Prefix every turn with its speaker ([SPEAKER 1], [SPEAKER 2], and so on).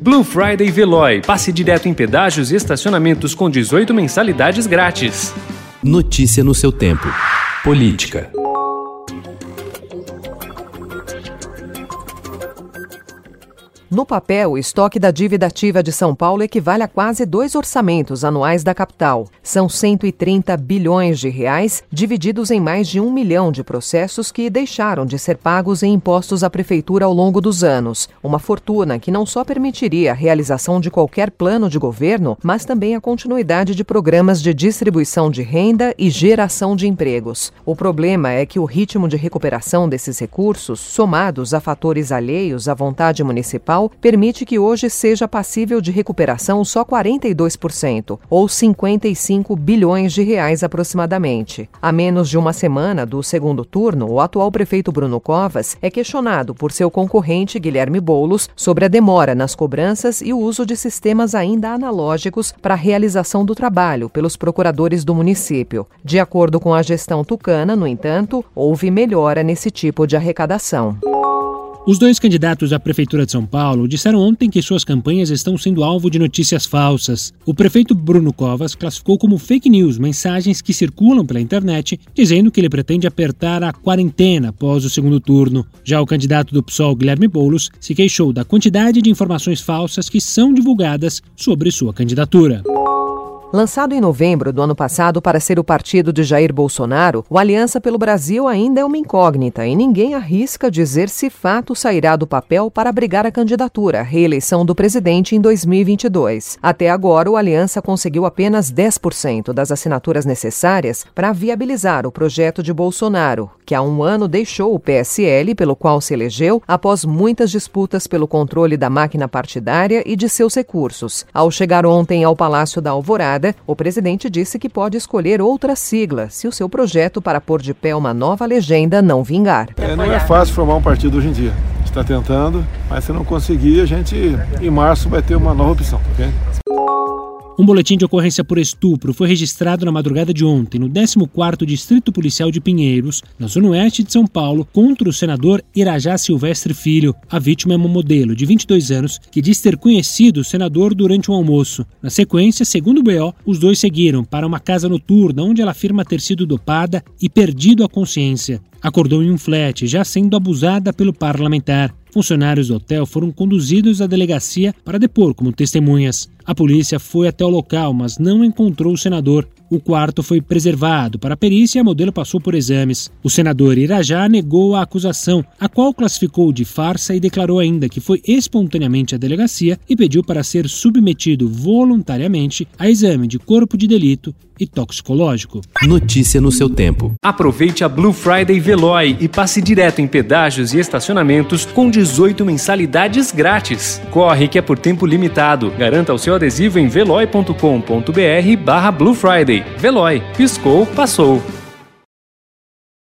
[SPEAKER 1] Blue Friday Veloy. Passe direto em pedágios e estacionamentos com 18 mensalidades grátis.
[SPEAKER 2] Notícia no seu tempo. Política.
[SPEAKER 3] No papel, o estoque da dívida ativa de São Paulo equivale a quase 2 orçamentos anuais da capital. São 130 bilhões de reais, divididos em mais de 1 milhão de processos que deixaram de ser pagos em impostos à prefeitura ao longo dos anos. Uma fortuna que não só permitiria a realização de qualquer plano de governo, mas também a continuidade de programas de distribuição de renda e geração de empregos. O problema é que o ritmo de recuperação desses recursos, somados a fatores alheios à vontade municipal, permite que hoje seja passível de recuperação só 42%, ou 55 bilhões de reais aproximadamente. A menos de uma semana do segundo turno, o atual prefeito Bruno Covas é questionado por seu concorrente Guilherme Boulos sobre a demora nas cobranças e o uso de sistemas ainda analógicos para a realização do trabalho pelos procuradores do município. De acordo com a gestão tucana, no entanto, houve melhora nesse tipo de arrecadação.
[SPEAKER 4] Os dois candidatos à Prefeitura de São Paulo disseram ontem que suas campanhas estão sendo alvo de notícias falsas. O prefeito Bruno Covas classificou como fake news mensagens que circulam pela internet, dizendo que ele pretende apertar a quarentena após o segundo turno. Já o candidato do PSOL, Guilherme Boulos, se queixou da quantidade de informações falsas que são divulgadas sobre sua candidatura.
[SPEAKER 3] Lançado em novembro do ano passado para ser o partido de Jair Bolsonaro, o Aliança pelo Brasil ainda é uma incógnita e ninguém arrisca dizer se fato sairá do papel para abrigar a candidatura à reeleição do presidente em 2022. Até agora, o Aliança conseguiu apenas 10% das assinaturas necessárias para viabilizar o projeto de Bolsonaro, que há um ano deixou o PSL, pelo qual se elegeu, após muitas disputas pelo controle da máquina partidária e de seus recursos. Ao chegar ontem ao Palácio da Alvorada, o presidente disse que pode escolher outra sigla se o seu projeto para pôr de pé uma nova legenda não vingar.
[SPEAKER 5] Não é fácil formar um partido hoje em dia. A gente está tentando, mas se não conseguir, a gente em março vai ter uma nova opção, ok?
[SPEAKER 4] Um boletim de ocorrência por estupro foi registrado na madrugada de ontem no 14º Distrito Policial de Pinheiros, na zona oeste de São Paulo, contra o senador Irajá Silvestre Filho. A vítima é uma modelo de 22 anos que diz ter conhecido o senador durante um almoço. Na sequência, segundo o BO, os dois seguiram para uma casa noturna onde ela afirma ter sido dopada e perdido a consciência. Acordou em um flat, já sendo abusada pelo parlamentar. Funcionários do hotel foram conduzidos à delegacia para depor como testemunhas. A polícia foi até o local, mas não encontrou o senador. O quarto foi preservado para a perícia e a modelo passou por exames. O senador Irajá negou a acusação, a qual classificou de farsa e declarou ainda que foi espontaneamente à delegacia e pediu para ser submetido voluntariamente a exame de corpo de delito e toxicológico.
[SPEAKER 2] Notícia no seu tempo.
[SPEAKER 1] Aproveite a Blue Friday Veloy e passe direto em pedágios e estacionamentos com 18 mensalidades grátis. Corre que é por tempo limitado. Garanta o seu adesivo em veloy.com.br/Blue Friday. Veloy. Piscou, passou.